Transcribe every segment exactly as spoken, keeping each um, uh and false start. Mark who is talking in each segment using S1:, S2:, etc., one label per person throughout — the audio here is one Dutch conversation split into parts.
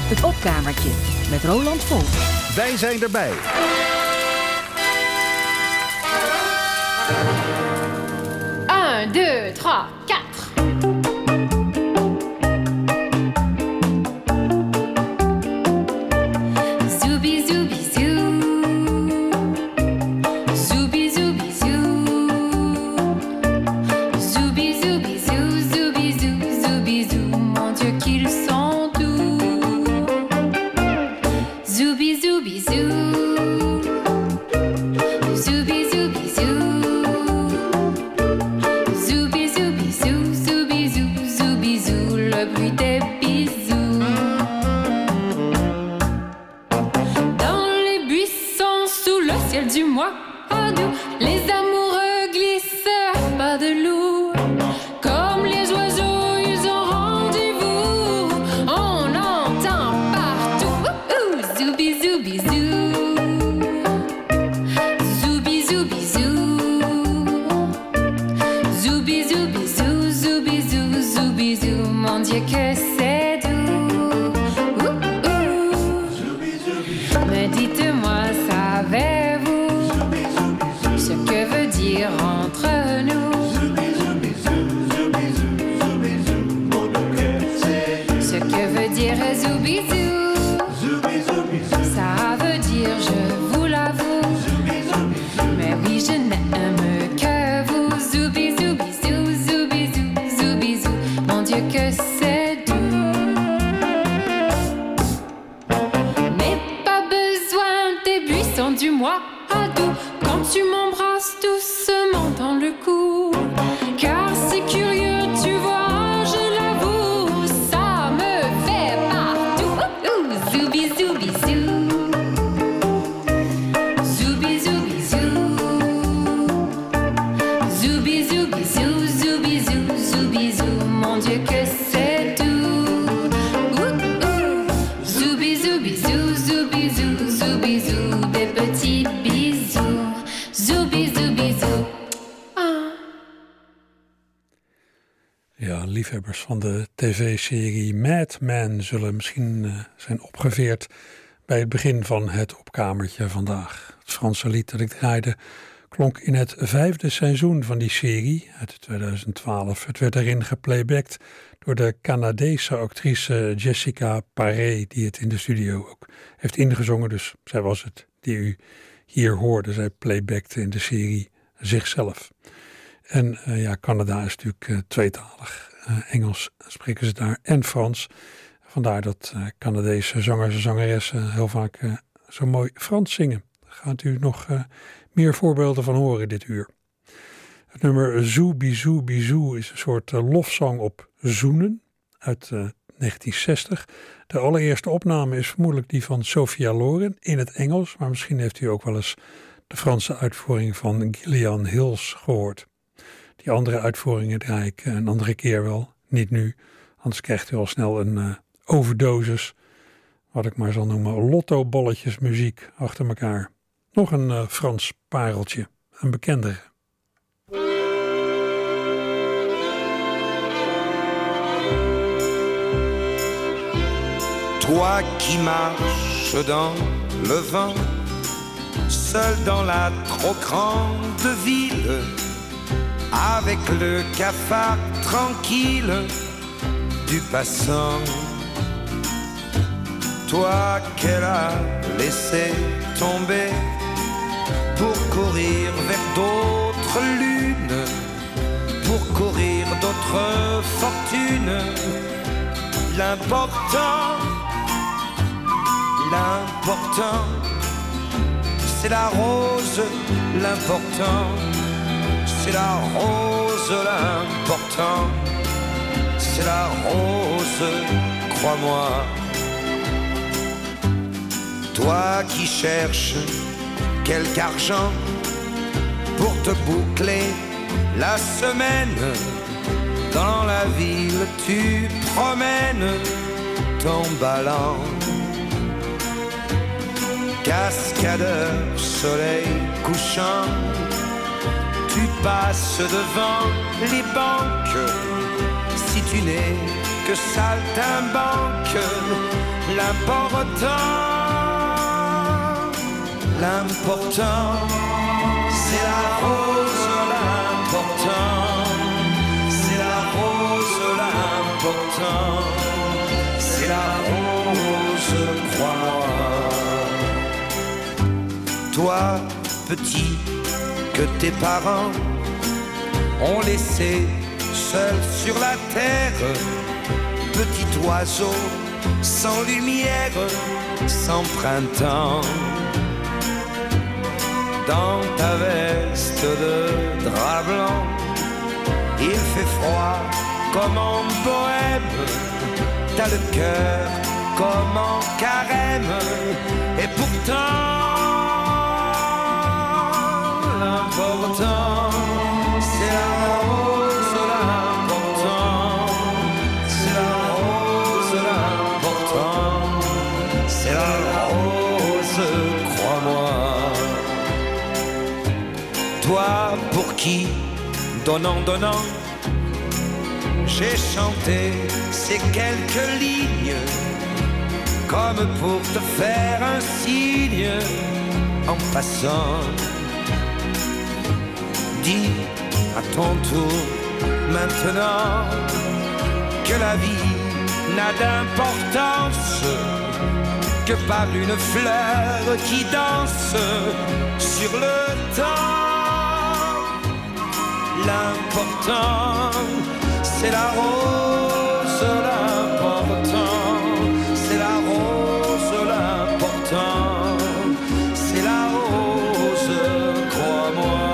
S1: Het opkamertje met Roland Vol.
S2: Wij zijn erbij.
S3: un, deux, trois, quatre. Zooby, zooby, zoo. Zooby, zooby, zoo. Zooby, zooby, zoo. Zooby, zoo, zooby, zoo. Mon Dieu, qu'ils sont doux. Zooby, zooby, zoo. Zooby, zooby, zoo. Zooby, zooby, zoo. Zooby, zoo, zooby, zoo. Le bruit des bisous. Dans les buissons, sous le ciel du mois doux, les amoureux glissent pas de loup. Comme les oiseaux, ils ont rendez-vous. On entend partout. Ouh, zooby, zooby, zoo. Zooby, zooby, zoo. Zooby, zooby, zoo. Zooby, zoo, zooby, zoo. Mon Dieu, que c'est doux. Ouh, ouh. Mais dites-moi, savez-vous ce que veut dire entre nous? Ce que veut dire zooby zoo? Ça veut dire, je vous l'avoue, mais oui, je n'aime que vous. Zooby, zooby, zoo, zooby, zoo, zooby, zoo. Mon Dieu, que c'est doux. Mais pas besoin des buissons du mois doux quand tu m'embrasses doucement dans le cou. Car c'est curieux, tu vois, je l'avoue, ça me fait partout. Ouh, ouh, zooby, zooby, zoo. Zooby, zooby, zoo. Zooby, zooby, zoo, zooby, zoo, zooby, zoo. Mon Dieu, que c'est doux. Ouh, ouh. Zooby, zooby, zoo, zooby, zoo, zooby, zoo. Des petits bisous. Zooby, zooby, zoo. Ah.
S4: Ja, liefhebbers van de tv-serie Mad Men zullen misschien uh, zijn opgeveerd bij het begin van het opkamertje vandaag. Het Franse lied dat ik draaide klonk in het vijfde seizoen van die serie uit tweeduizend twaalf. Het werd daarin geplaybacked door de Canadese actrice Jessica Paré, die het in de studio ook heeft ingezongen. Dus zij was het die u hier hoorde. Zij playbackte in de serie zichzelf. En uh, ja, Canada is natuurlijk uh, tweetalig. Uh, Engels spreken ze daar en Frans. Vandaar dat uh, Canadese zangers en zangeressen heel vaak uh, zo mooi Frans zingen. Daar gaat u nog uh, meer voorbeelden van horen dit uur. Het nummer Zooby Zooby Zoo is een soort uh, lofzang op zoenen uit uh, negentien zestig. De allereerste opname is vermoedelijk die van Sophia Loren in het Engels. Maar misschien heeft u ook wel eens de Franse uitvoering van Gillian Hills gehoord. Die andere uitvoeringen draai ik een andere keer wel, niet nu. Anders krijgt u al snel een uh, overdosis, wat ik maar zal noemen, lottobolletjes muziek achter elkaar. Nog een uh, Frans pareltje, een bekendere.
S5: Toi qui marches dans le vent, seul dans la trop grande ville, avec le cafard tranquille du passant. Toi qu'elle a laissé tomber pour courir vers d'autres lunes, pour courir d'autres fortunes. L'important, l'important, c'est la rose, l'important. C'est la rose l'important, c'est la rose, crois-moi. Toi qui cherches quelque argent pour te boucler la semaine, dans la ville tu promènes ton ballon. Cascadeur, soleil couchant, tu passes devant les banques. Si tu n'es quelques saltimbanques. L'important, l'important, c'est la rose, l'important, c'est la rose, l'important, c'est la rose, crois-moi. Toi, petit, que tes parents ont laissé seul sur la terre, petit oiseau sans lumière, sans printemps. Dans ta veste de drap blanc, il fait froid comme en bohème. T'as le cœur comme en carême. Et pourtant, l'important, c'est la rose, l'important, c'est la rose, l'important, c'est la rose, crois-moi. Toi pour qui, donnant, donnant, j'ai chanté ces quelques lignes, comme pour te faire un signe en passant. Dis à ton tour maintenant que la vie n'a d'importance que par une fleur qui danse sur le temps. L'important, c'est la rose, l'important, c'est la rose, l'important, c'est la rose, crois-moi.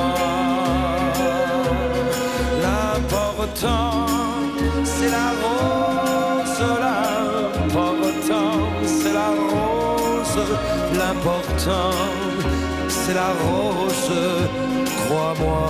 S5: L'important, c'est la rose, l'important, c'est la rose, l'important, c'est la rose, crois-moi.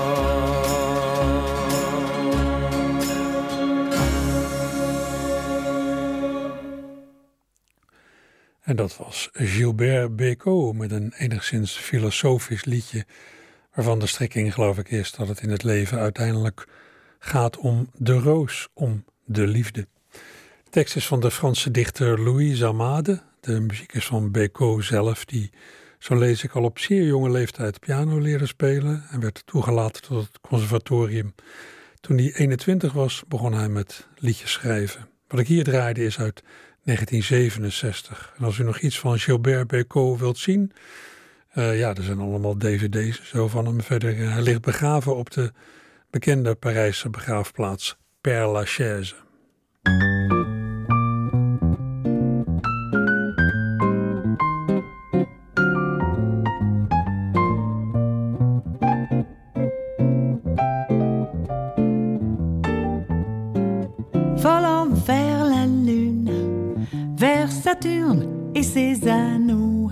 S4: En dat was Gilbert Bécaud met een enigszins filosofisch liedje, waarvan de strekking geloof ik is dat het in het leven uiteindelijk gaat om de roos, om de liefde. De tekst is van de Franse dichter Louise Amade. De muziek is van Bécaud zelf, die, zo lees ik, al op zeer jonge leeftijd piano leerde spelen en werd toegelaten tot het conservatorium. Toen hij eenentwintig was, begon hij met liedjes schrijven. Wat ik hier draaide is uit negentien zevenenzestig. En als u nog iets van Gilbert Bécaud wilt zien, uh, ja, er zijn allemaal dvd's zo van hem. Verder, uh, hij ligt begraven op de bekende Parijse begraafplaats Père Lachaise.
S2: Volant vers la lune, vers Saturne et ses anneaux,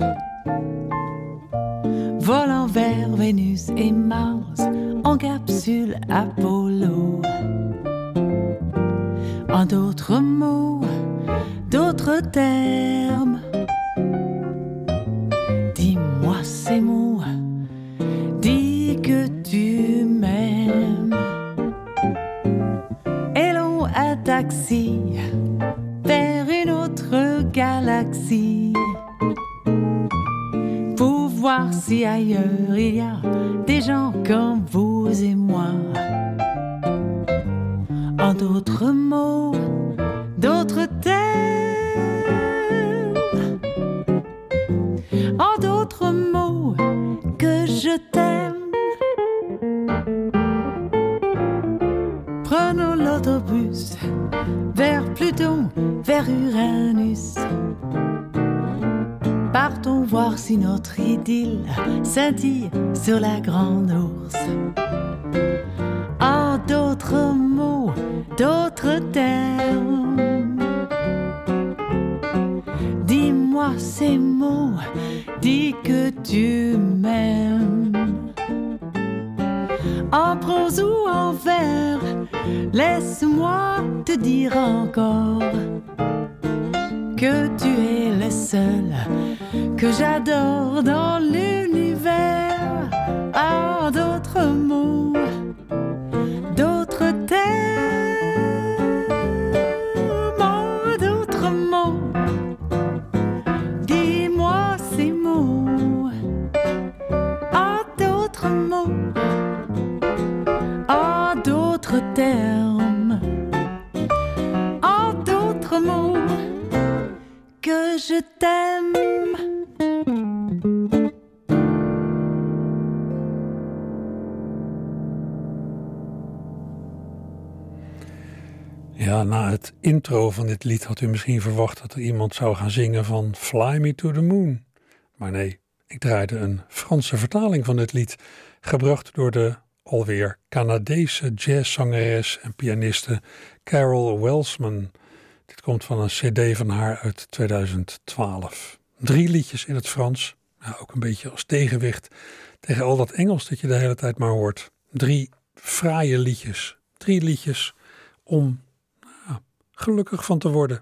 S2: volant vers Vénus et Mars en capsule Apollo. En d'autres mots, d'autres termes, dis-moi ces mots, dis que tu m'aimes. Hello, un taxi vers une autre galaxie, pour voir si ailleurs il y a des gens comme vous et moi. En d'autres mots, d'autres termes, en d'autres mots, que je t'aime. Prenons l'autobus vers Pluton, vers Uranus. Partons voir si notre idylle scintille sur la grande ours. En d'autres mots, d'autres termes, dis-moi ces mots, dis que tu m'aimes. En prose ou en vers, laisse-moi te dire encore que tu es le seul que j'adore dans l'univers. En d'autres mots, d'autres termes, autre mot que je t'aime.
S4: Ja, na het intro van dit lied had u misschien verwacht dat er iemand zou gaan zingen van Fly Me to the Moon. Maar nee, ik draaide een Franse vertaling van dit lied, gebracht door de alweer Canadese jazzzangeres en pianiste Carol Welsman. Dit komt van een cd van haar uit tweeduizend twaalf. Drie liedjes in het Frans, ja, ook een beetje als tegenwicht tegen al dat Engels dat je de hele tijd maar hoort. Drie fraaie liedjes, drie liedjes om ja, gelukkig van te worden.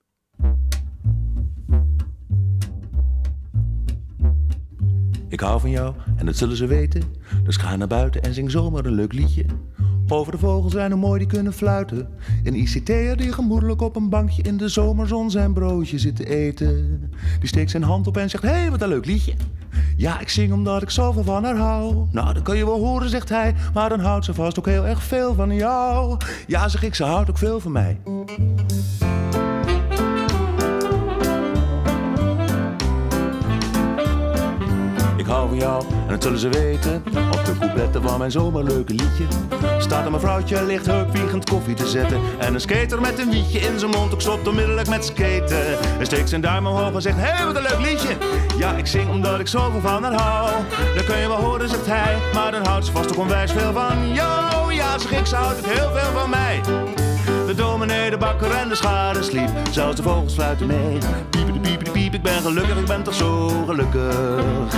S6: Ik hou van jou en dat zullen ze weten. Dus ga naar buiten en zing zomaar een leuk liedje. Over de vogels en hoe mooi die kunnen fluiten. Een I C T'er die gemoedelijk op een bankje in de zomerzon zijn broodje zit te eten. Die steekt zijn hand op en zegt, hé, hey, wat een leuk liedje. Ja, ik zing omdat ik zoveel van haar hou. Nou, dat kan je wel horen, zegt hij. Maar dan houdt ze vast ook heel erg veel van jou. Ja, zeg ik, ze houdt ook veel van mij. Ik hou van jou en dat zullen ze weten. Op de coupletten van mijn zomerleuke liedje staat een mevrouwtje licht heupwiegend koffie te zetten. En een skater met een wietje in zijn mond ook stopt onmiddellijk met skaten. En steekt zijn duim omhoog en zegt, hé, hey, wat een leuk liedje. Ja, ik zing omdat ik zoveel van haar hou. Dat kun je wel horen, zegt hij. Maar dan houdt ze vast ook onwijs veel van jou. Ja, zeg ik, ze houdt ook heel veel van mij. De dominee, de bakker en de schade sliep. Zelfs de vogels fluiten mee. Piep, de piep, de piep, ik ben gelukkig, ik ben toch zo gelukkig.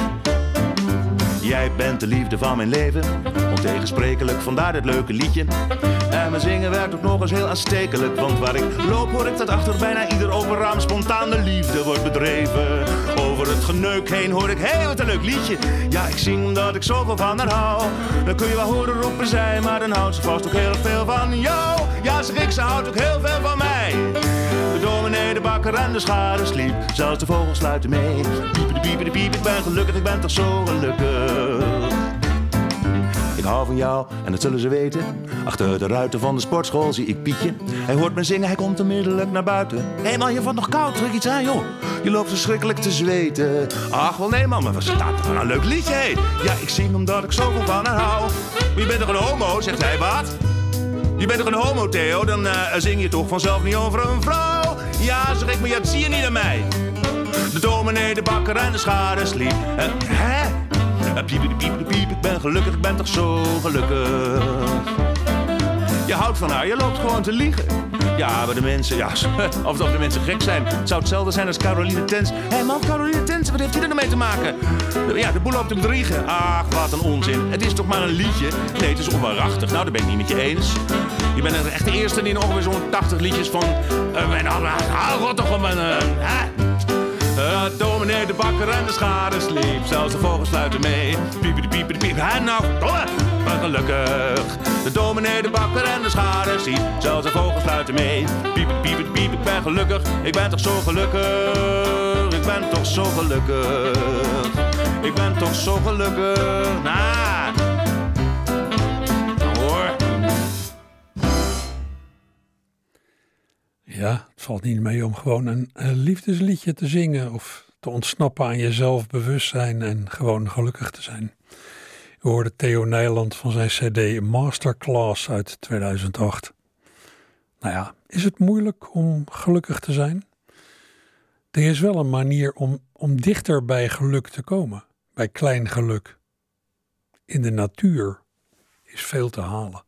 S6: Jij bent de liefde van mijn leven, ontegensprekelijk, vandaar dit leuke liedje. En mijn zingen werd ook nog eens heel aanstekelijk, want waar ik loop hoor ik dat achter bijna ieder open raam spontaan de liefde wordt bedreven. Over het geneuk heen hoor ik, hé, hey, wat een leuk liedje. Ja, ik zing omdat ik zoveel van haar hou. Dan kun je wel horen roepen zij, maar dan houdt ze vast ook heel veel van jou. Ja, zeg ik, ze houdt ook heel veel van mij. De dominee, de bakker en de schade sliep. Zelfs de vogels sluiten mee. Piepen de piepen de piep, ik ben gelukkig, ik ben toch zo gelukkig. Ik hou van jou en dat zullen ze weten. Achter de ruiten van de sportschool zie ik Pietje. Hij hoort me zingen, hij komt onmiddellijk naar buiten. Hé hey man, je vond nog koud, druk iets aan joh. Je loopt verschrikkelijk te zweten. Ach wel nee man, maar wat staat er van een leuk liedje heen. Ja, ik zing omdat ik zoveel van haar hou. Maar je bent toch een homo, zegt hij, wat? Je bent toch een homo, Theo? Dan uh, zing je toch vanzelf niet over een vrouw? Ja, zeg ik, maar ja, dat zie je niet aan mij. De dominee, de bakker en de schade sliep. Uh, hè? Uh, piep, piep, piep, piep, ik ben gelukkig, ik ben toch zo gelukkig. Je houdt van haar, je loopt gewoon te liegen. Ja, maar de mensen, ja, of de mensen gek zijn. Het zou hetzelfde zijn als Caroline Tens. Hé hey man, Caroline Tens, wat heeft hij er nou mee te maken? Ja, de boel loopt te bedriegen. Ach, wat een onzin. Het is toch maar een liedje? Nee, het is onwaarachtig. Nou, daar ben ik niet met je eens. Je bent echt de eerste die ongeveer zo'n tachtig liedjes van... Uh, mijn hou rot toch op mijn... Uh, uh, dominee, de bakker en de schade sliep. Zelfs de vogels sluiten mee. Piepen de piepen de piep. Hij nou, dolle, ben gelukkig. De dominee, de bakker en de schade sliep. Zelfs de vogels sluiten mee. Piepen de piepen de piep. Ik ben gelukkig. Ik ben toch zo gelukkig. Ik ben toch zo gelukkig. Ik ben toch zo gelukkig. Nou, hoor.
S4: Ja, het valt niet mee om gewoon een, een liefdesliedje te zingen of te ontsnappen aan je zelfbewustzijn en gewoon gelukkig te zijn. U hoorde Theo Nijland van zijn cd Masterclass uit tweeduizend acht. Nou ja, is het moeilijk om gelukkig te zijn? Er is wel een manier om, om dichter bij geluk te komen, bij klein geluk. In de natuur is veel te halen.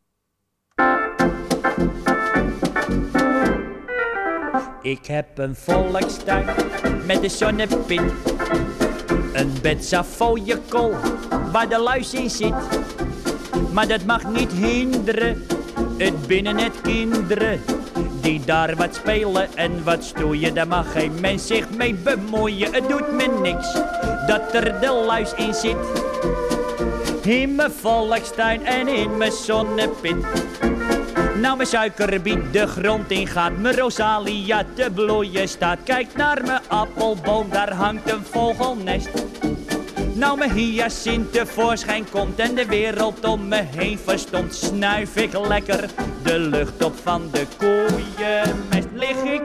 S7: Ik heb een volkstuin met een zonnepin. Een bed Savoie-kool waar de luis in zit. Maar dat mag niet hinderen, het binnen het kinderen. Die daar wat spelen en wat stoeien, daar mag geen mens zich mee bemoeien. Het doet me niks dat er de luis in zit. In mijn volkstuin en in mijn zonnepin. Nou mijn suikerbiet de grond in gaat, mijn rosalia te bloeien staat. Kijk naar mijn appelboom, daar hangt een vogelnest. Nou mijn hyacint tevoorschijn komt en de wereld om me heen verstomt, snuif ik lekker de lucht op van de koeienmest. Lig ik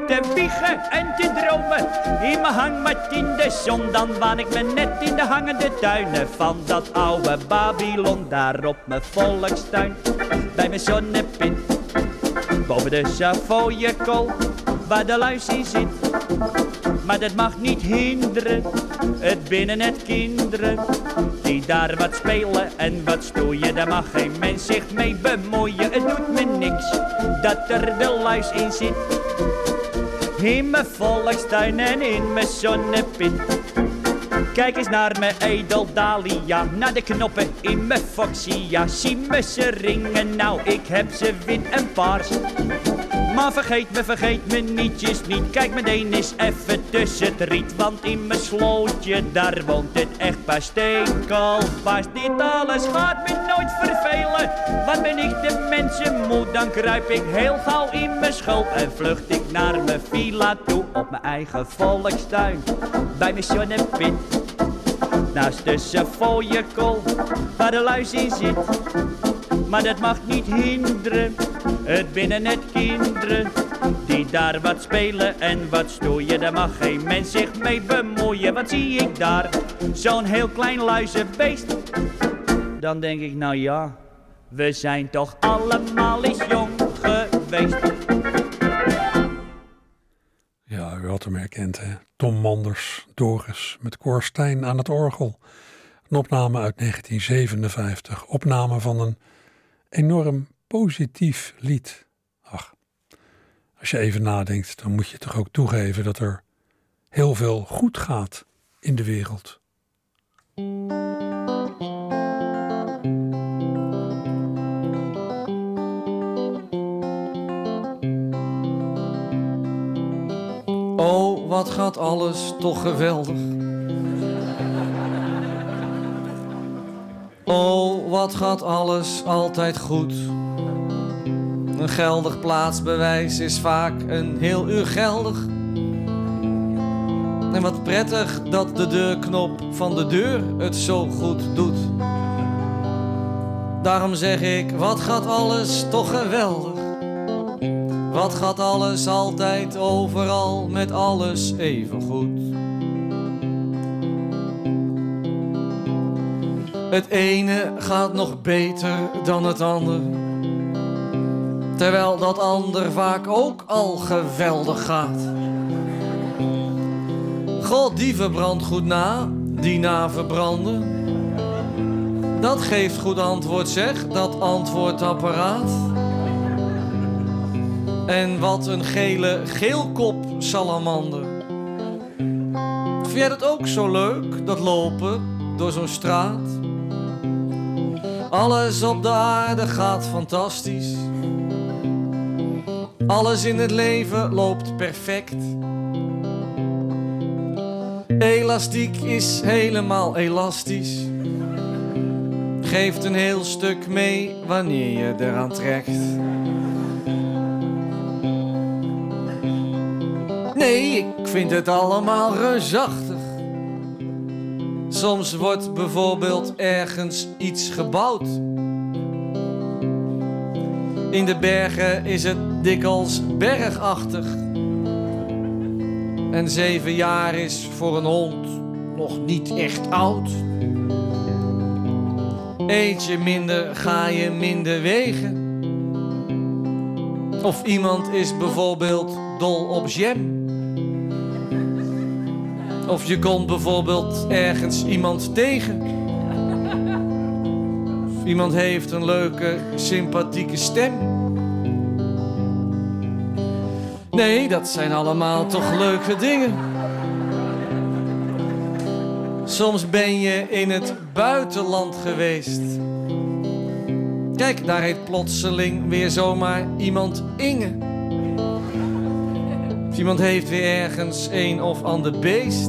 S7: te wiegen en te dromen. In mijn hangmat in de zon, dan waan ik me net in de hangende tuinen van dat oude Babylon. Daar op mijn volkstuin, bij mijn zonnepin, boven de Savoyekool, waar de luis in zit. Maar dat mag niet hinderen, het binnen het kinderen, die daar wat spelen en wat stoeien. Daar mag geen mens zich mee bemoeien. Het doet me niks dat er de luis in zit. In mijn volkstuin en in mijn zonnepin. Kijk eens naar mijn edeldalia, naar de knoppen in mijn foxia. Zie me ze ringen, nou ik heb ze wit en paars. Maar vergeet me, vergeet me nietjes niet. Kijk meteen eens even tussen het riet. Want in mijn slootje, daar woont het echtpaar Stekelpaars. Dit alles gaat me nooit vervelen. Want ben ik de mensen moe, dan kruip ik heel gauw in mijn schulp. En vlucht ik naar mijn villa toe, op mijn eigen volkstuin, bij mijn zonnepin, naast de Savoyekool, waar de luis in zit. Maar dat mag niet hinderen, het binnen het kinderen, die daar wat spelen en wat stoeien. Daar mag geen mens zich mee bemoeien. Wat zie ik daar, zo'n heel klein luizenbeest. Dan denk ik, nou ja, we zijn toch allemaal eens jong geweest.
S4: Ja, u had hem herkend, hè? Tom Manders, Doris, met Cor Stein aan het orgel. Een opname uit negentien zevenenvijftig. Opname van een enorm positief lied. Ach, als je even nadenkt, dan moet je toch ook toegeven dat er heel veel goed gaat in de wereld.
S8: Oh, wat gaat alles toch geweldig. Oh, wat gaat alles altijd goed. Een geldig plaatsbewijs is vaak een heel uur geldig. En wat prettig dat de deurknop van de deur het zo goed doet. Daarom zeg ik, wat gaat alles toch geweldig. Wat gaat alles altijd overal met alles even goed. Het ene gaat nog beter dan het ander, terwijl dat ander vaak ook al geweldig gaat. God, die verbrandt goed na, die na verbranden. Dat geeft goed antwoord, zeg, dat antwoordapparaat. En wat een gele geelkop salamander. Vind jij dat ook zo leuk, dat lopen door zo'n straat? Alles op de aarde gaat fantastisch. Alles in het leven loopt perfect. Elastiek is helemaal elastisch. Geeft een heel stuk mee wanneer je eraan trekt. Nee, ik vind het allemaal reusachtig. Soms wordt bijvoorbeeld ergens iets gebouwd. In de bergen is het dikwijls bergachtig. En zeven jaar is voor een hond nog niet echt oud. Eet je minder, ga je minder wegen. Of iemand is bijvoorbeeld dol op jam. Of je komt bijvoorbeeld ergens iemand tegen. Of iemand heeft een leuke, sympathieke stem. Nee, dat zijn allemaal toch leuke dingen. Soms ben je in het buitenland geweest. Kijk, daar heet plotseling weer zomaar iemand Inge. Of iemand heeft weer ergens een of ander beest.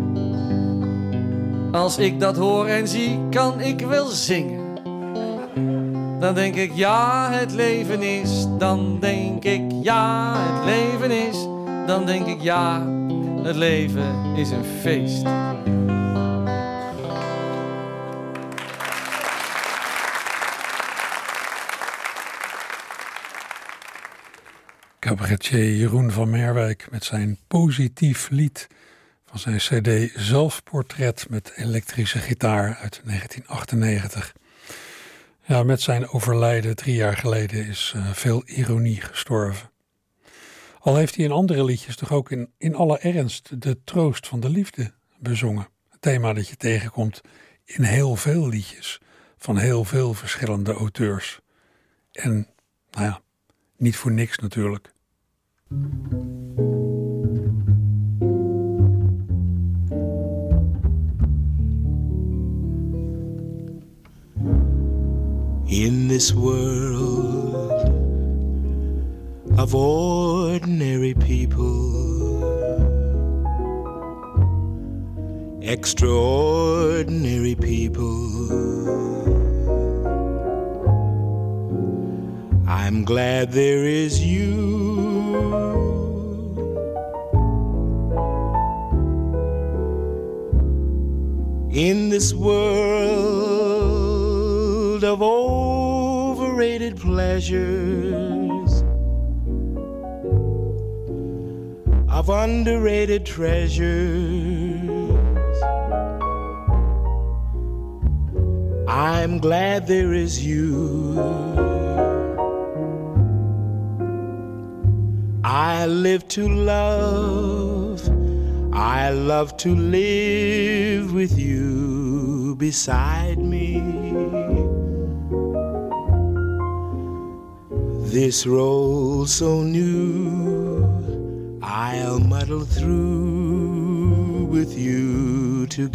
S8: Als ik dat hoor en zie, kan ik wel zingen. Dan denk ik, ja, het leven is. Dan denk ik, ja, het leven is. Dan denk ik, ja, het leven is een feest.
S4: Ik heb cabaretier Jeroen van Merwijk met zijn positief lied van zijn cd Zelfportret met elektrische gitaar uit negentien achtennegentig. Ja, met zijn overlijden drie jaar geleden is uh, veel ironie gestorven. Al heeft hij in andere liedjes toch ook in, in alle ernst de troost van de liefde bezongen. Een thema dat je tegenkomt in heel veel liedjes van heel veel verschillende auteurs. En, nou ja, niet voor niks natuurlijk.
S5: In this world of ordinary people, extraordinary people, I'm glad there is you. In this world of overrated pleasures, of underrated treasures, I'm glad there is you. I live to love, I love to live with you beside me. This role so new, I'll muddle through with you to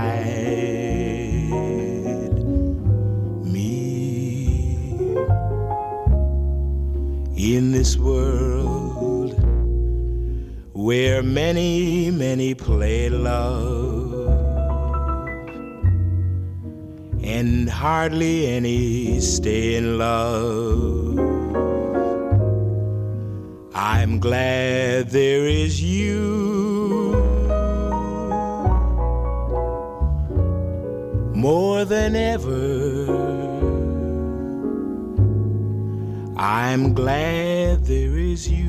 S5: guide me. In this world where many, many play love and hardly any stay in love, I'm glad there is you. More than ever, I'm glad there is you.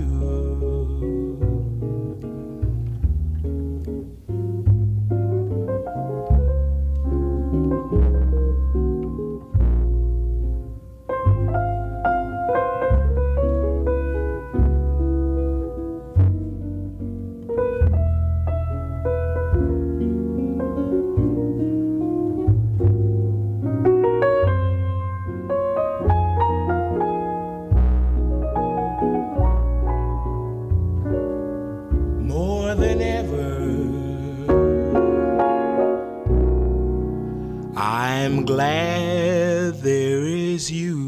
S5: I'm glad there is you.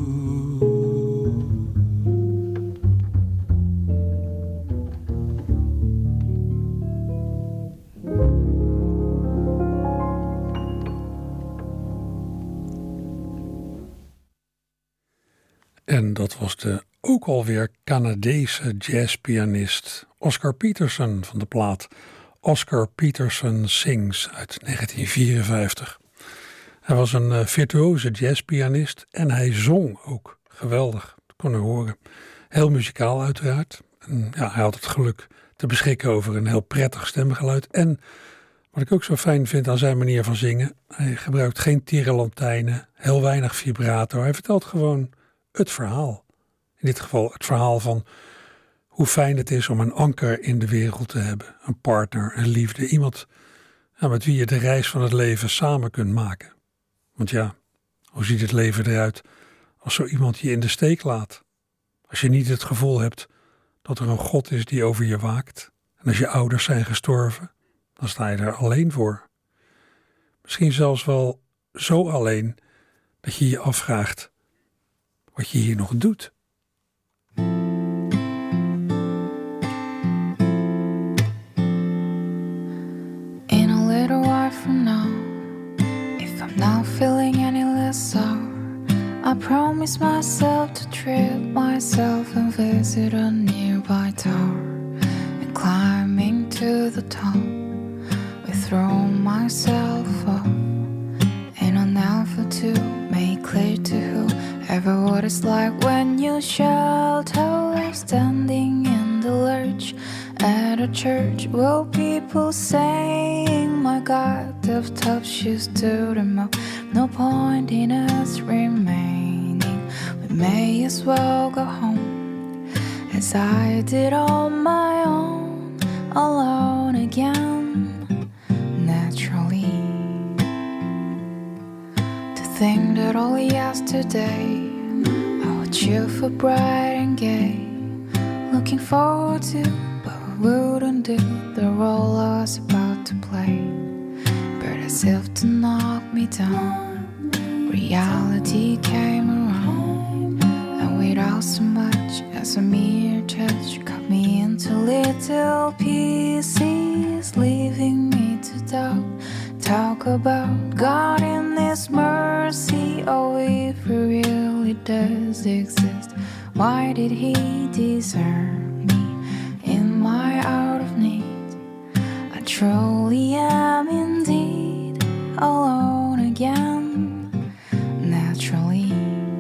S4: En dat was de ook alweer Canadese jazzpianist Oscar Peterson van de plaat Oscar Peterson Sings uit negentien vierenvijftig. Hij was een uh, virtuoze jazzpianist en hij zong ook geweldig, dat kon je horen. Heel muzikaal uiteraard. En, ja, hij had het geluk te beschikken over een heel prettig stemgeluid. En wat ik ook zo fijn vind aan zijn manier van zingen, hij gebruikt geen tierenlantijnen, heel weinig vibrato. Hij vertelt gewoon het verhaal. In dit geval het verhaal van hoe fijn het is om een anker in de wereld te hebben. Een partner, een liefde, iemand ja, met wie je de reis van het leven samen kunt maken. Want ja, hoe ziet het leven eruit als zo iemand je in de steek laat? Als je niet het gevoel hebt dat er een God is die over je waakt. En als je ouders zijn gestorven, dan sta je er alleen voor. Misschien zelfs wel zo alleen dat je je afvraagt wat je hier nog doet.
S9: In a little while from now, if I'm not feeling any less sour, I promise myself to treat myself and visit a nearby tower. And climbing to the top, I throw myself up in an effort to make clear to whoever what it's like when you shout, "Oh, let's standing in the lurch at a church. Will people saying, my God, tough, tough shoes to the mouth. No point in us remaining. We may as well go home as I did on my own, alone again, naturally. To think that all yesterday I would cheer for bright and gay, looking forward to, but wouldn't do the role I was about to play. But as if to knock me down, reality came around, and without so much as a mere touch, cut me into little pieces, leaving me to doubt. Talk about God in His mercy. Oh, if He really does exist, why did He deserve me in my hour of need? I truly am indeed alone again, naturally.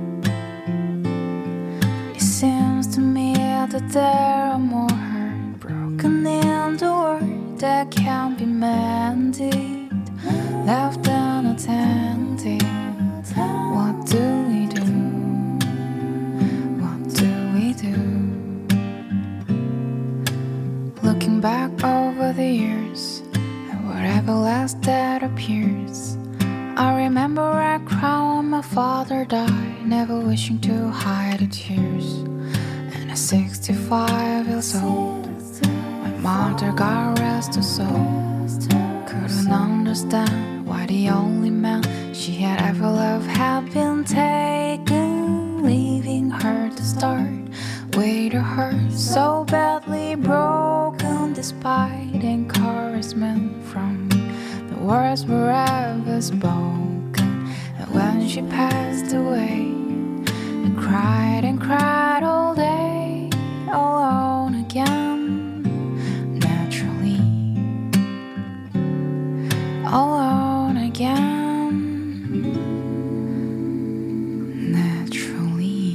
S9: It seems to me that there are more hurt broken in the world that can't be mended, left unattended. What do we do? What do we do? Looking back over the years and whatever last that appears, I remember I cried when my father died, never wishing to hide the tears. And at sixty-five years old, my mother got rest of soul. Couldn't understand why the only man she had ever loved had been taken, leaving her to start with a heart so badly broken. Despite encouragement from me, the words were ever spoken. And when she passed away, I cried and cried all day, alone again, naturally. Alone again, naturally.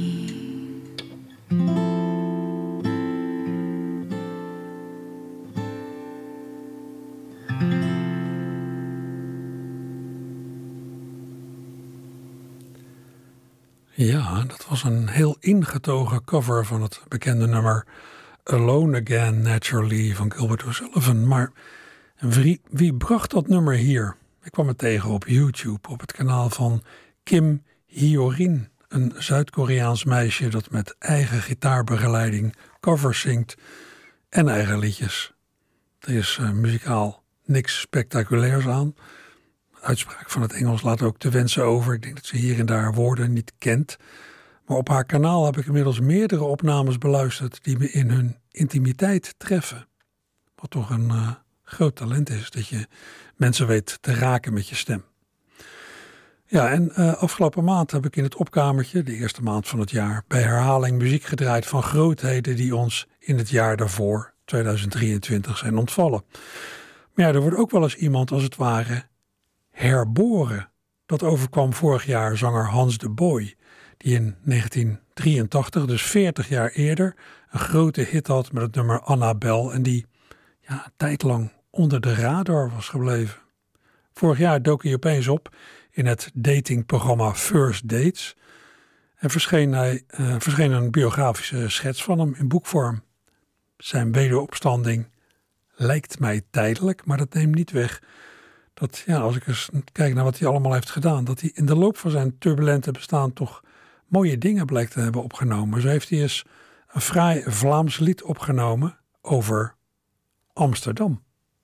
S4: Ja, dat was een heel ingetogen cover van het bekende nummer Alone Again Naturally van Gilbert O'Sullivan. Maar wie, wie bracht dat nummer hier? Ik kwam het tegen op YouTube, op het kanaal van Kim Hyorin, een Zuid-Koreaans meisje dat met eigen gitaarbegeleiding covers zingt en eigen liedjes. Er is uh, muzikaal niks spectaculairs aan. De uitspraak van het Engels laat ook te wensen over. Ik denk dat ze hier en daar woorden niet kent. Maar op haar kanaal heb ik inmiddels meerdere opnames beluisterd die me in hun intimiteit treffen. Wat toch een uh, groot talent is, dat je mensen weet te raken met je stem. Ja, en uh, afgelopen maand heb ik in het opkamertje, de eerste maand van het jaar, bij herhaling muziek gedraaid van grootheden die ons in het jaar daarvoor, tweeduizend drieëntwintig, zijn ontvallen. Maar ja, er wordt ook wel eens iemand als het ware herboren. Dat overkwam vorig jaar zanger Hans de Boy, die in negentien drieëntachtig, dus veertig jaar eerder, een grote hit had met het nummer Annabel en die ja, een tijd lang onder de radar was gebleven. Vorig jaar dook hij opeens op in het datingprogramma First Dates en verscheen, hij, uh, verscheen een biografische schets van hem in boekvorm. Zijn wederopstanding lijkt mij tijdelijk, maar dat neemt niet weg dat, ja, als ik eens kijk naar wat hij allemaal heeft gedaan, dat hij in de loop van zijn turbulente bestaan toch mooie dingen blijkt te hebben opgenomen. Zo heeft hij eens een fraai Vlaams lied opgenomen over Amsterdam.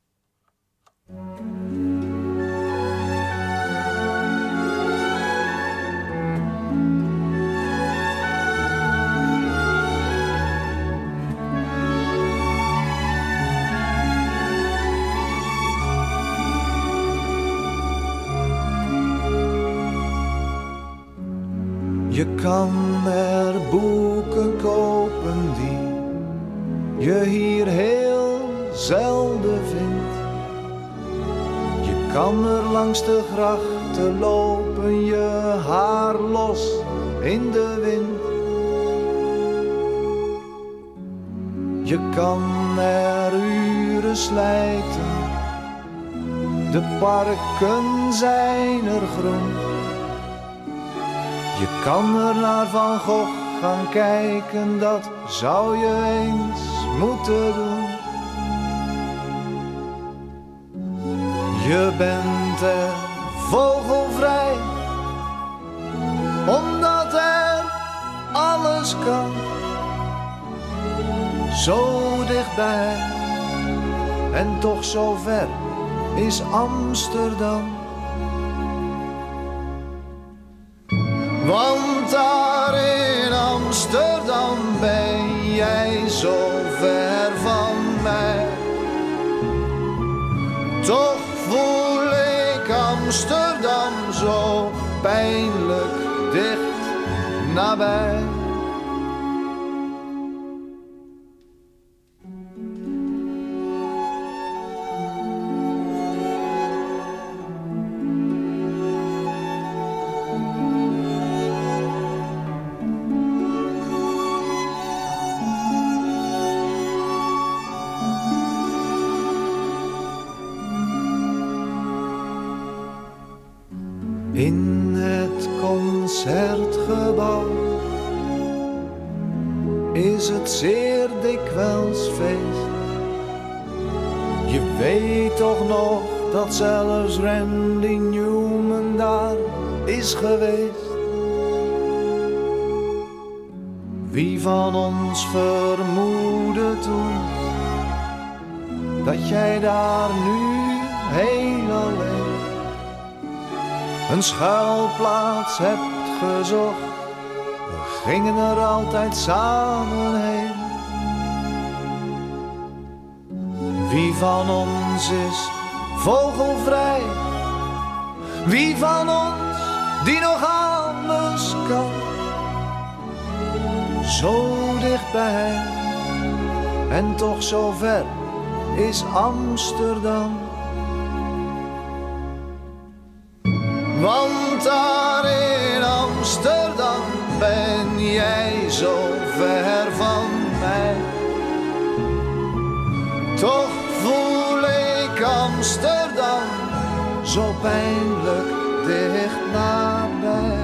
S5: Je kan er boeken kopen die je hier heel zelden vindt. Je kan er langs de grachten lopen, je haar los in de wind.
S10: Je kan er uren slijten, de parken zijn er groen. Je kan er naar Van Gogh gaan kijken, dat zou je eens moeten doen. Je bent er vogelvrij, omdat er alles kan. Zo dichtbij en toch zo ver is Amsterdam. Want daar in Amsterdam ben jij zo ver van mij. Toch voel ik Amsterdam zo pijnlijk dicht nabij. In het concertgebouw is het zeer dikwijls feest. Je weet toch nog dat zelfs Randy Newman daar is geweest. Wie van ons vermoedde toen dat jij daar nu heel alleen een schuilplaats hebt gezocht? We gingen er altijd samen heen. Wie van ons is vogelvrij? Wie van ons die nog alles kan? Zo dichtbij en toch zo ver is Amsterdam. Want daar in Amsterdam ben jij zo ver van mij. Toch voel ik Amsterdam zo pijnlijk dicht nabij.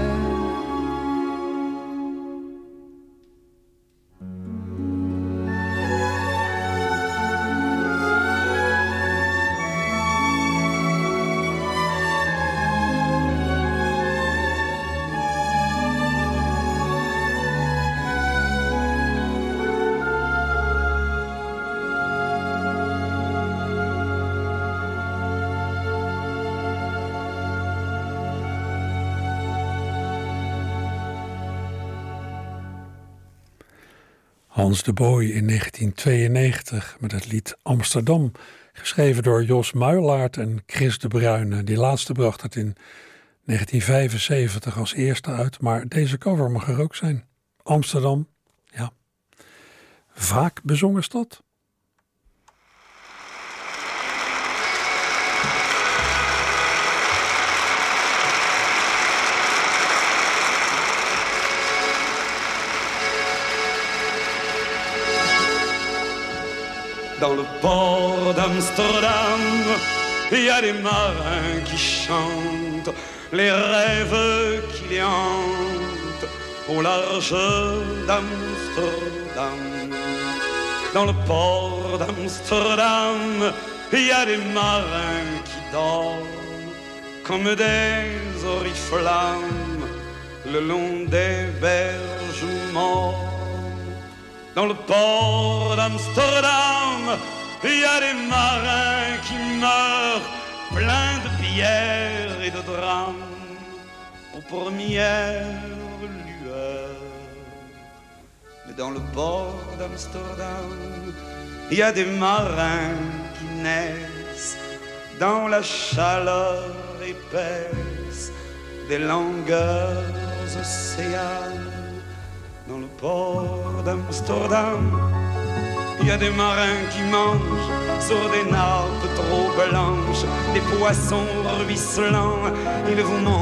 S4: Hans de Boy in negentien tweeënnegentig met het lied Amsterdam, geschreven door Jos Muilaert en Chris de Bruyne. Die laatste bracht het in negentien vijfenzeventig als eerste uit, maar deze cover mag er ook zijn. Amsterdam, ja, vaak bezongen stad.
S11: Dans le port d'Amsterdam, il y a des marins qui chantent les rêves qui les hantent au large d'Amsterdam. Dans le port d'Amsterdam, il y a des marins qui dorment comme des oriflammes le long des berges mortes. Dans le port d'Amsterdam, il y a des marins qui meurent pleins de pierres et de drames aux premières lueurs. Mais dans le port d'Amsterdam, il y a des marins qui naissent dans la chaleur épaisse des longueurs océanes. Dans le port d'Amsterdam, il y a des marins qui mangent sur des nappes trop blanches des poissons ruisselants. Ils vous montrent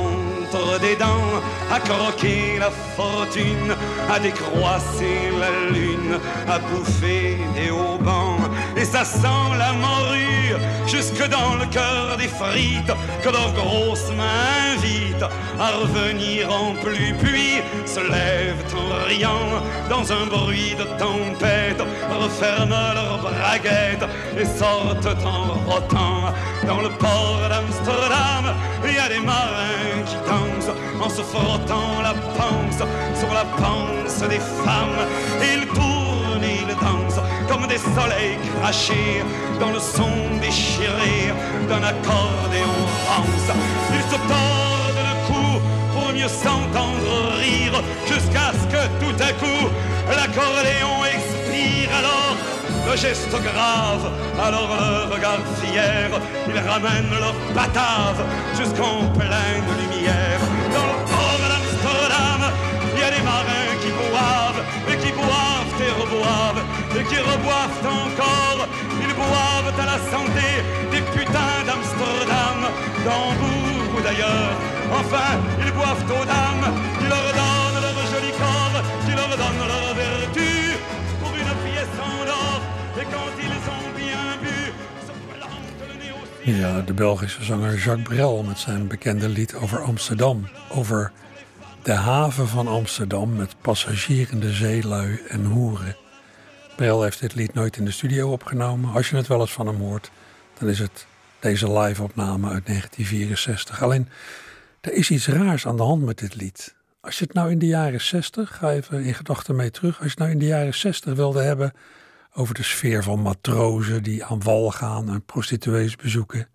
S11: entre des dents, à croquer la fortune, à décroisser la lune, à bouffer des haubans. Et ça sent la morue jusque dans le cœur des frites que leurs grosses mains invitent à revenir en pluie. Puis se lèvent en riant dans un bruit de tempête, referment leurs braguettes et sortent en rotant. Dans le port d'Amsterdam, il y a des marins qui dansent en se frottant la panse sur la panse des femmes. Ils tournent, ils dansent comme des soleils crachés dans le son déchiré d'un accordéon rance. Ils se tordent le cou pour mieux s'entendre rire jusqu'à ce que tout à coup l'accordéon expire. Alors le geste grave, alors le regard fier, ils ramènent leur batave jusqu'en pleine lumière. Dans le port d'Amsterdam, il y a des marins qui boivent, et qui boivent et reboivent, et qui reboivent encore. Ils boivent à la santé des putains d'Amsterdam, d'Hambourg ou d'ailleurs. Enfin, ils boivent aux dames qui leur donnent leur joli corps, qui leur donnent leur vertu pour une pièce en or. Et quand ils ont bien bu, se plantent le nez aussi.
S4: Ja, de Belgische zanger Jacques Brel met zijn bekende lied over Amsterdam. Over de haven van Amsterdam met passagierende zeelui en hoeren. Brel heeft dit lied nooit in de studio opgenomen. Als je het wel eens van hem hoort, dan is het deze live-opname uit negentien vierenzestig. Alleen, er is iets raars aan de hand met dit lied. Als je het nou in de jaren zestig, ga even in gedachten mee terug. Als je het nou in de jaren zestig wilde hebben over de sfeer van matrozen die aan wal gaan en prostituees bezoeken.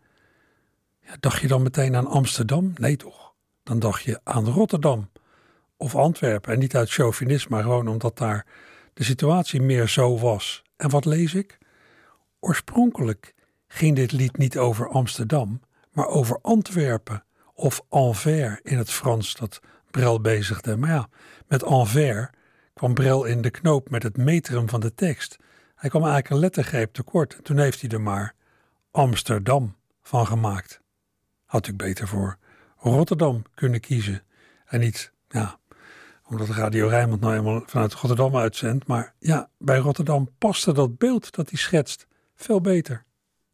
S4: Ja, dacht je dan meteen aan Amsterdam? Nee toch? Dan dacht je aan Rotterdam of Antwerpen. En niet uit chauvinisme, maar gewoon omdat daar de situatie meer zo was. En wat lees ik? Oorspronkelijk ging dit lied niet over Amsterdam, maar over Antwerpen of Anvers in het Frans dat Brel bezigde. Maar ja, met Anvers kwam Brel in de knoop met het metrum van de tekst. Hij kwam eigenlijk een lettergreep tekort en toen heeft hij er maar Amsterdam van gemaakt. Had ik beter voor Rotterdam kunnen kiezen. En niet, ja, omdat Radio Rijnmond nou eenmaal vanuit Rotterdam uitzendt. Maar ja, bij Rotterdam paste dat beeld dat hij schetst veel beter.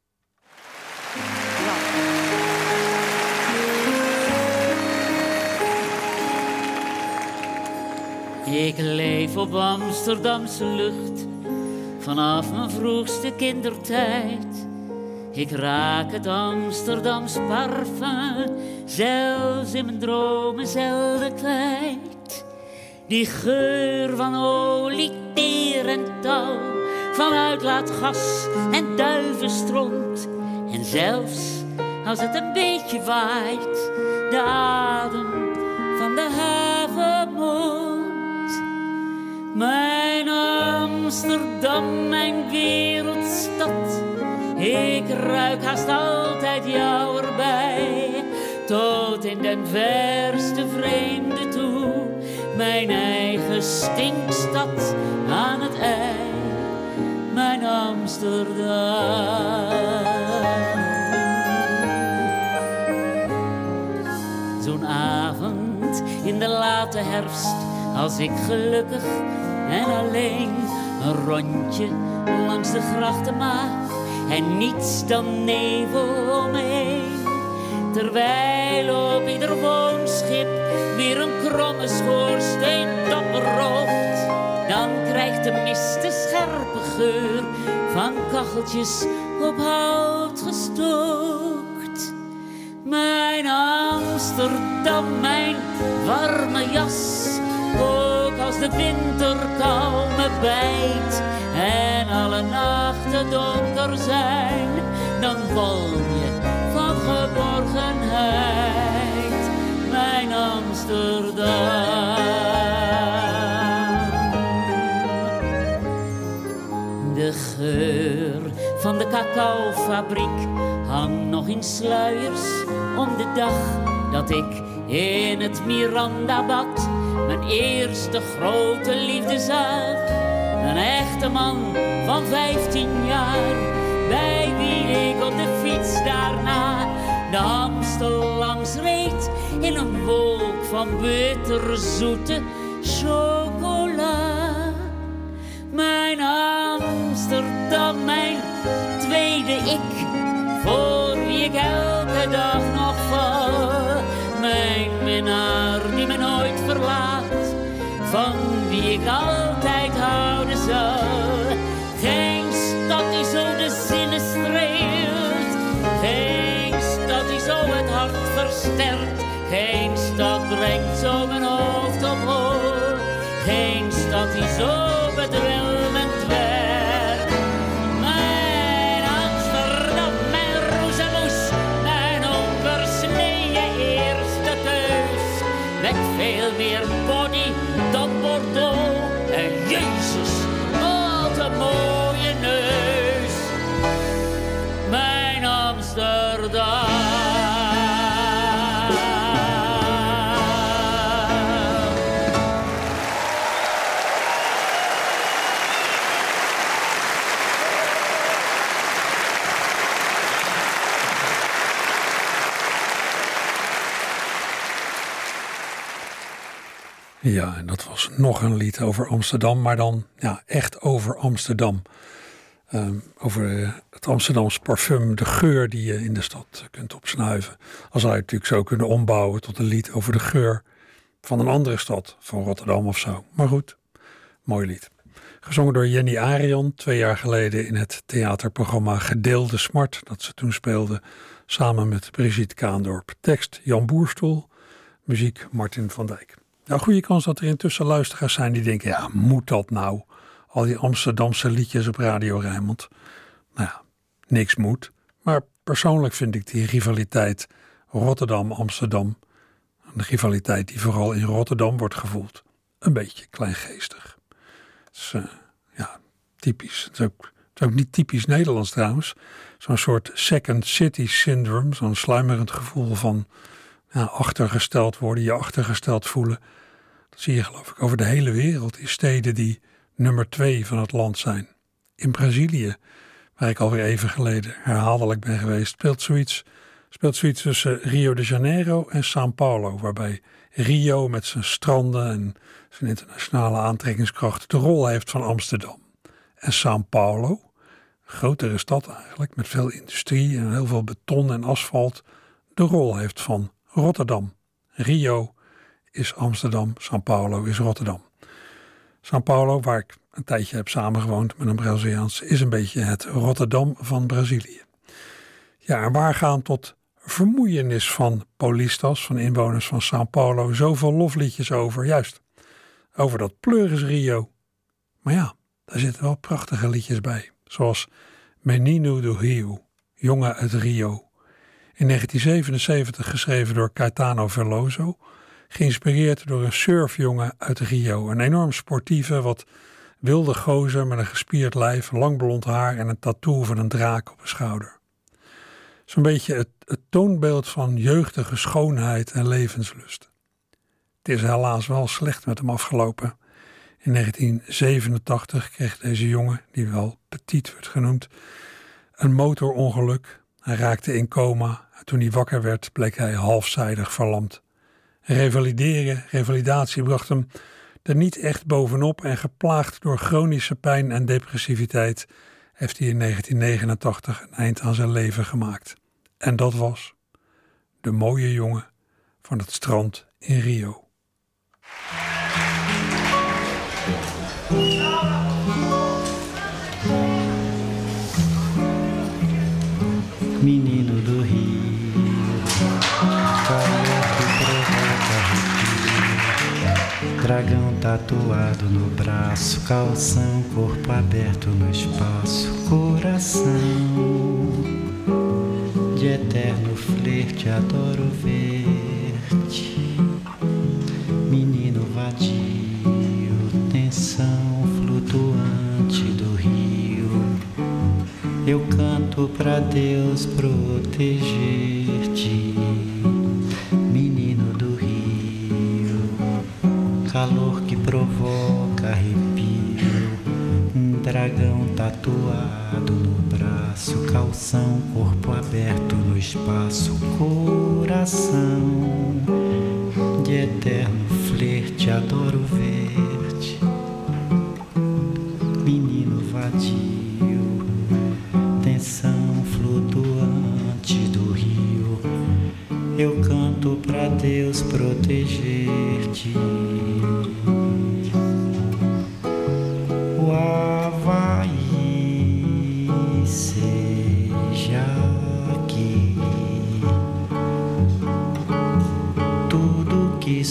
S12: Ik leef op Amsterdamse lucht vanaf mijn vroegste kindertijd. Ik raak het Amsterdams parfum zelfs in mijn dromen zelden kwijt. Die geur van olie, teer en touw, van uitlaatgas en duivenstront. En zelfs als het een beetje waait, de adem van de havenmond. Mijn Amsterdam, mijn wereldstad, ik ruik haast altijd jou erbij. Tot in den verste vreemde toe, mijn eigen stinkstad aan het ei, mijn Amsterdam. Zo'n avond in de late herfst, als ik gelukkig en alleen een rondje langs de grachten maak en niets dan nevel om me heen. Terwijl op ieder woonschip weer een kromme schoorsteen dapper rookt, dan krijgt de mist de scherpe geur van kacheltjes op hout gestookt. Mijn Amsterdam, mijn warme jas, ook als de winterkou me bijt en alle nachten donker zijn, dan val je van geborgenheid, mijn Amsterdam. De geur van de cacaofabriek hangt nog in sluiers om de dag dat ik in het Mirandabad mijn eerste grote liefde zag. Een echte man van vijftien jaar, bij wie ik op de fiets daarna de Amstel langs reed in een wolk van bitterzoete chocola. Mijn Amsterdam, mijn tweede ik, voor wie ik elke dag nog val. Mijn minnaar die me nooit verlaat, van wie ik altijd houden zal. Geen stad die zo de zinnen streelt, geen stad die zo het hart versterkt. Geen stad brengt zo mijn hoofd op hol, geen stad die zo bedwelmend werkt. Mijn Amsterdam, mijn roezemoes, mijn onversneden eerste keus. Met veel meer body dan Bordeaux en Jezus, wat een mooie neus. Mijn Amsterdam.
S4: Ja, en dat was nog een lied over Amsterdam, maar dan ja, echt over Amsterdam. Um, over uh, het Amsterdamse parfum, de geur die je in de stad kunt opsnuiven. Al zou je het natuurlijk zo kunnen ombouwen tot een lied over de geur van een andere stad, van Rotterdam of zo. Maar goed, mooi lied. Gezongen door Jenny Arian, twee jaar geleden in het theaterprogramma Gedeelde Smart, dat ze toen speelde, samen met Brigitte Kaandorp. Tekst Jan Boerstoel, muziek Martin van Dijk. Nou, goede kans dat er intussen luisteraars zijn die denken, ja, moet dat nou? Al die Amsterdamse liedjes op Radio Rijnmond. Nou ja, niks moet. Maar persoonlijk vind ik die rivaliteit Rotterdam-Amsterdam, een rivaliteit die vooral in Rotterdam wordt gevoeld, een beetje kleingeestig. Het is uh, ja, typisch. Het is, ook, het is ook niet typisch Nederlands trouwens. Zo'n soort second city syndrome, zo'n sluimerend gevoel van ja, achtergesteld worden, je achtergesteld voelen. Dat zie je geloof ik over de hele wereld in steden die nummer twee van het land zijn. In Brazilië, waar ik alweer even geleden herhaaldelijk ben geweest, speelt zoiets, speelt zoiets tussen Rio de Janeiro en São Paulo, waarbij Rio met zijn stranden en zijn internationale aantrekkingskracht de rol heeft van Amsterdam. En São Paulo, een grotere stad eigenlijk, met veel industrie en heel veel beton en asfalt, de rol heeft van Rotterdam. Rio is Amsterdam, São Paulo is Rotterdam. São Paulo, waar ik een tijdje heb samengewoond met een Braziliaans, is een beetje het Rotterdam van Brazilië. Ja, en waar gaan tot vermoeienis van Paulistas, van inwoners van São Paulo, zoveel lofliedjes over? Juist, over dat pleuris Rio. Maar ja, daar zitten wel prachtige liedjes bij, zoals Menino do Rio, jongen uit Rio. In negentien zevenenzeventig geschreven door Caetano Veloso, geïnspireerd door een surfjongen uit Rio. Een enorm sportieve, wat wilde gozer met een gespierd lijf, lang blond haar en een tattoo van een draak op een schouder. Zo'n beetje het, het toonbeeld van jeugdige schoonheid en levenslust. Het is helaas wel slecht met hem afgelopen. In negentien zevenentachtig kreeg deze jongen, die wel Petit werd genoemd, een motorongeluk. Hij raakte in coma en toen hij wakker werd bleek hij halfzijdig verlamd. Revalideren, revalidatie bracht hem er niet echt bovenop en geplaagd door chronische pijn en depressiviteit heeft hij in negentien negenentachtig een eind aan zijn leven gemaakt. En dat was de mooie jongen van het strand in Rio.
S13: Menino do Rio, calor que provoca arrepio, dragão tatuado no braço, calção, corpo aberto no espaço, coração de eterno flerte, adoro ver-te, menino vadio, tensão flutuante do rio. Eu canto pra Deus proteger-te, menino do Rio, calor que provoca arrepio, um dragão tatuado no braço, calção, corpo aberto no espaço, coração eterno flerte, adoro ver-te, menino vadio, tensão flutuante do rio. Eu canto pra Deus proteger-te. O Havaí seja aqui, tudo que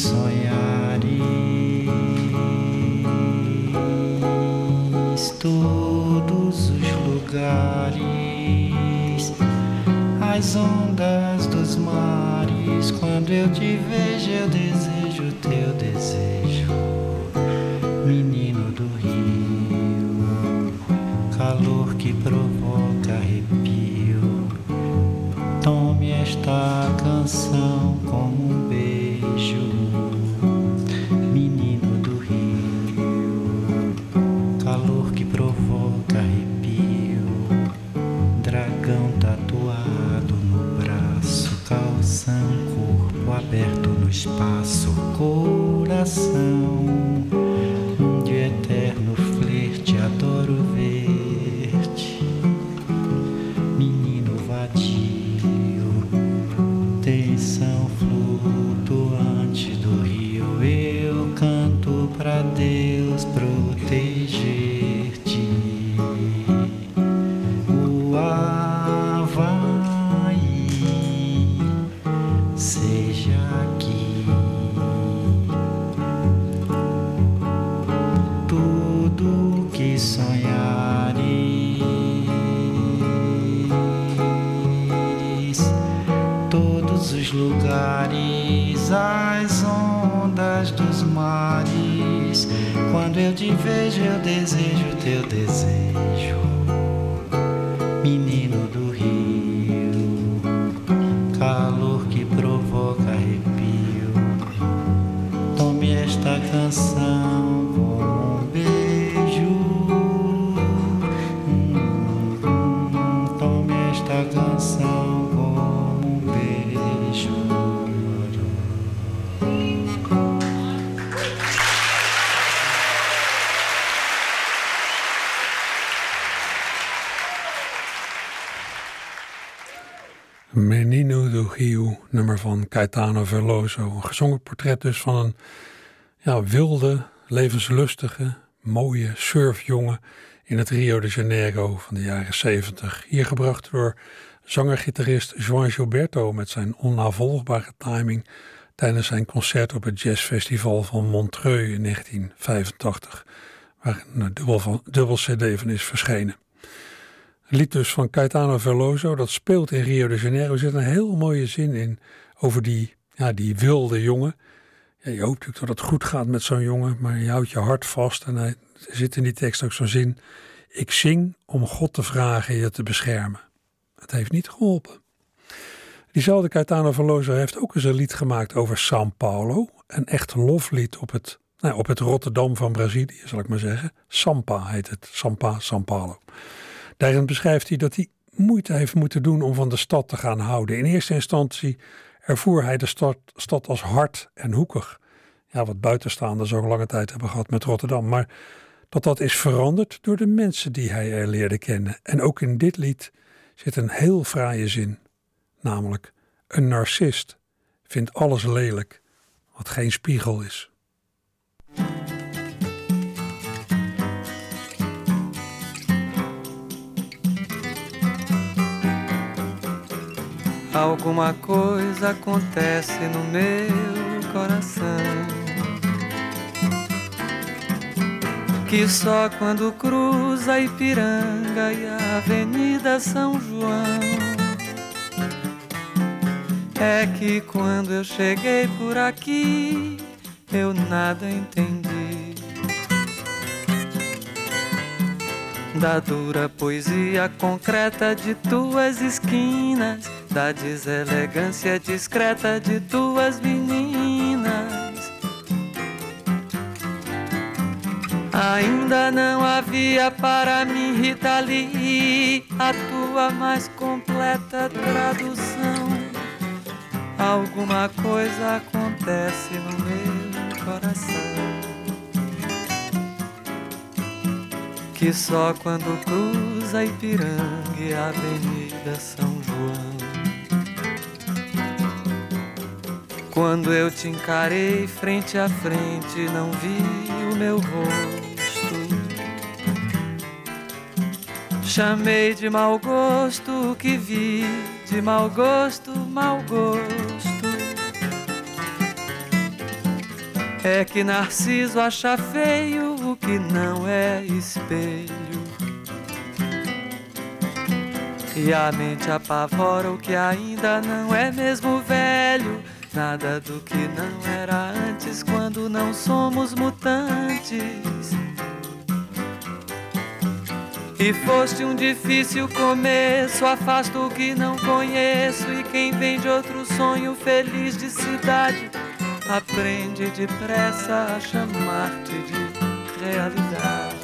S13: sonhares, todos os lugares, as ondas dos mares. Quando eu te vejo, eu desejo teu desejo, menino do rio, calor que provoca arrepio. Tome esta canção como um beijo, menino do rio, calor que provoca arrepio. Dragão tatuado no braço, calção, corpo aberto no espaço, coração de eterno flerte, adoro ver-te, menino vadio, tensão flutuante do rio. Eu canto pra Deus proteger-te. O Havaí seja aqui, tudo que sonhares, todos os lugares, as ondas dos mares. Quando eu te vejo, eu desejo teu desejo, menino do rio, calor que provoca arrepio. Tome esta canção como um beijo, hum, tome esta canção como um beijo.
S4: Menino do Rio, nummer van Caetano Veloso. Een gezongen portret dus van een ja, wilde, levenslustige, mooie surfjongen in het Rio de Janeiro van de jaren zeventig. Hier gebracht door zanger-gitarist João Gilberto met zijn onnavolgbare timing tijdens zijn concert op het jazzfestival van Montreux in negentien vijfentachtig, waar een dubbel, van, dubbel C D van is verschenen. Een lied dus van Caetano Veloso, dat speelt in Rio de Janeiro. Er zit een heel mooie zin in over die, ja, die wilde jongen. Ja, je hoopt natuurlijk dat het goed gaat met zo'n jongen, maar je houdt je hart vast. En hij, er zit in die tekst ook zo'n zin: ik zing om God te vragen je te beschermen. Het heeft niet geholpen. Diezelfde Caetano Veloso heeft ook eens een lied gemaakt over São Paulo. Een echt loflied op het, nou, op het Rotterdam van Brazilië, zal ik maar zeggen. Sampa heet het, Sampa, São Paulo. Daarin beschrijft hij dat hij moeite heeft moeten doen om van de stad te gaan houden. In eerste instantie ervoer hij de stad, stad als hard en hoekig. Ja, wat buitenstaanders zo lange tijd hebben gehad met Rotterdam. Maar dat dat is veranderd door de mensen die hij er leerde kennen. En ook in dit lied zit een heel fraaie zin. Namelijk, een narcist vindt alles lelijk wat geen spiegel is.
S14: Alguma coisa acontece no meu coração, que só quando cruza Ipiranga e a Avenida São João é que quando eu cheguei por aqui eu nada entendi da dura poesia concreta de tuas esquinas, da deselegância discreta de tuas meninas. Ainda não havia para mim, Rita Lee, a tua mais completa tradução. Alguma coisa acontece acontece no meu coração, que só quando cruza Ipiranga e a Avenida São João, quando eu te encarei frente a frente, não vi o meu rosto. Chamei de mau gosto o que vi, de mau gosto, mau gosto. É que Narciso acha feio o que não é espelho, e a mente apavora o que ainda não é mesmo velho. Nada do que não era antes quando não somos mutantes. E foste um difícil começo, afasto o que não conheço, e quem vem de outro sonho feliz de cidade aprende depressa a chamar-te de realidade.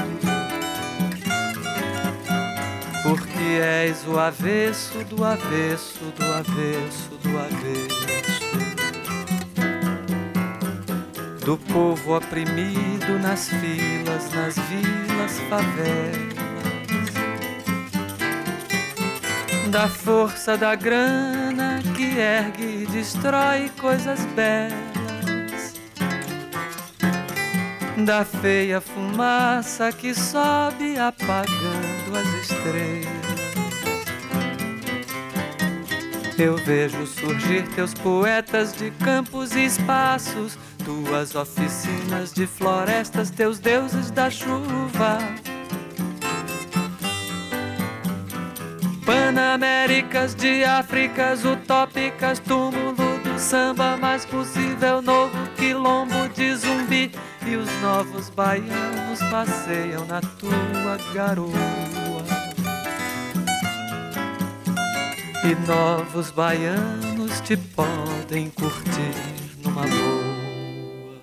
S14: Porque és o avesso do avesso do avesso do avesso do povo oprimido nas filas, nas vilas, favelas, da força da grana que ergue e destrói coisas belas, da feia fumaça que sobe apagando as estrelas. Eu vejo surgir teus poetas de campos e espaços, tuas oficinas de florestas, teus deuses da chuva, Panaméricas de Áfricas utópicas, túmulo do samba mais possível, novo quilombo de zumbi, e os novos baianos passeiam na tua garoa. E novos baianos te podem curtir numa boa.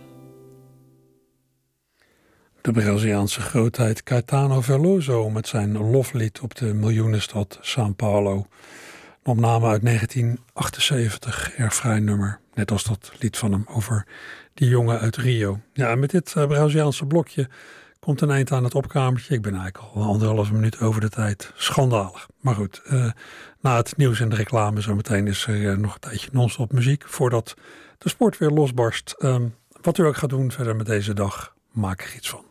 S4: De Braziliaanse grootheid Caetano Veloso met zijn loflied op de miljoenenstad São Paulo. Een opname uit negentien achtenzeventig, erg fraai nummer. Net als dat lied van hem over die jongen uit Rio. Ja, en met dit uh, Braziliaanse blokje komt een eind aan het opkamertje. Ik ben eigenlijk al anderhalve minuut over de tijd. Schandalig. Maar goed, uh, na het nieuws en de reclame zometeen is er uh, nog een tijdje non-stop muziek. Voordat de sport weer losbarst. Um, wat u ook gaat doen verder met deze dag, maak er iets van.